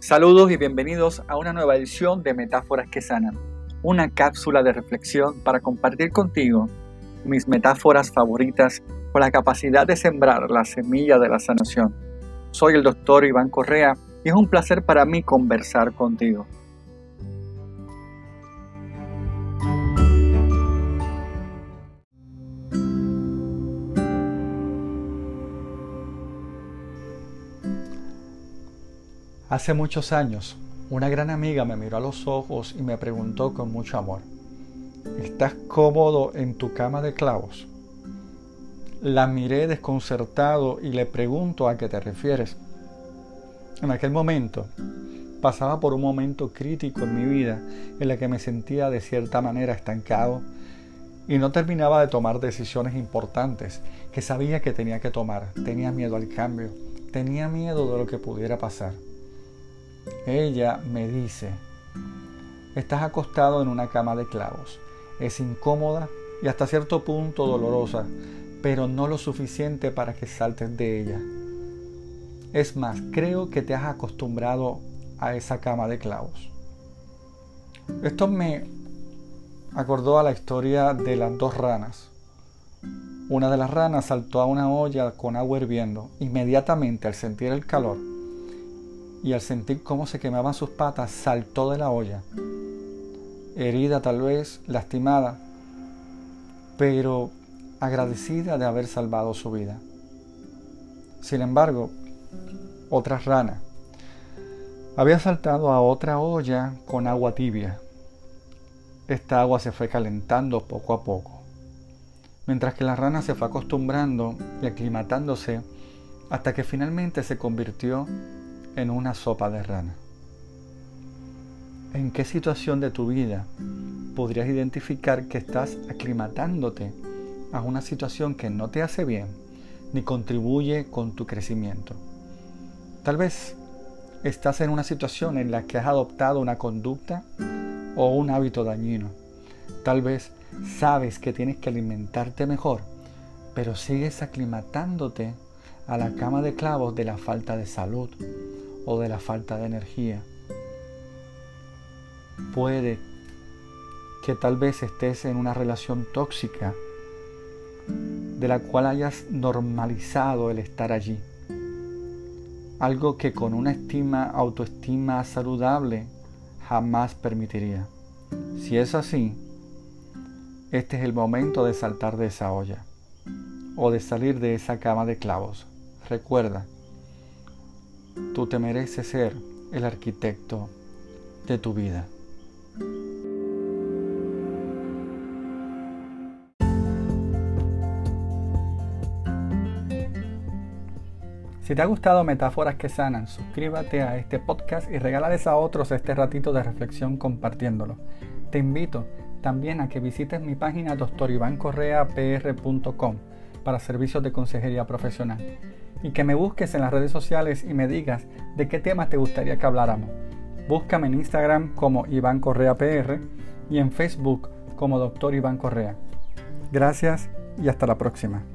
Saludos y bienvenidos a una nueva edición de Metáforas que Sanan, una cápsula de reflexión para compartir contigo mis metáforas favoritas con la capacidad de sembrar la semilla de la sanación. Soy el doctor Iván Correa y es un placer para mí conversar contigo. Hace muchos años, una gran amiga me miró a los ojos y me preguntó con mucho amor: ¿estás cómodo en tu cama de clavos? La miré desconcertado y le pregunto a qué te refieres. En aquel momento, pasaba por un momento crítico en mi vida en el que me sentía de cierta manera estancado y no terminaba de tomar decisiones importantes que sabía que tenía que tomar. Tenía miedo al cambio, tenía miedo de lo que pudiera pasar. Ella me dice: estás acostado en una cama de clavos. Es incómoda y hasta cierto punto dolorosa, pero no lo suficiente para que saltes de ella. Es más, creo que te has acostumbrado a esa cama de clavos. Esto me acordó a la historia de las dos ranas. Una de las ranas saltó a una olla con agua hirviendo. Inmediatamente, al sentir el calor y al sentir cómo se quemaban sus patas, saltó de la olla, herida tal vez, lastimada, pero agradecida de haber salvado su vida. Sin embargo, otra rana había saltado a otra olla con agua tibia. Esta agua se fue calentando poco a poco, mientras que la rana se fue acostumbrando y aclimatándose hasta que finalmente se convirtió en una sopa de rana. ¿En qué situación de tu vida podrías identificar que estás aclimatándote a una situación que no te hace bien ni contribuye con tu crecimiento? Tal vez estás en una situación en la que has adoptado una conducta o un hábito dañino. Tal vez sabes que tienes que alimentarte mejor, pero sigues aclimatándote a la cama de clavos de la falta de salud o de la falta de energía. Puede que tal vez estés en una relación tóxica de la cual hayas normalizado el estar allí. Algo que con una autoestima saludable jamás permitiría. Si es así, este es el momento de saltar de esa olla o de salir de esa cama de clavos. Recuerda, tú te mereces ser el arquitecto de tu vida. Si te ha gustado Metáforas que Sanan, suscríbete a este podcast y regálales a otros este ratito de reflexión compartiéndolo. Te invito también a que visites mi página drivancorreapr.com para servicios de consejería profesional y que me busques en las redes sociales y me digas de qué temas te gustaría que habláramos. Búscame en Instagram como Iván Correa PR y en Facebook como Dr. Iván Correa. Gracias y hasta la próxima.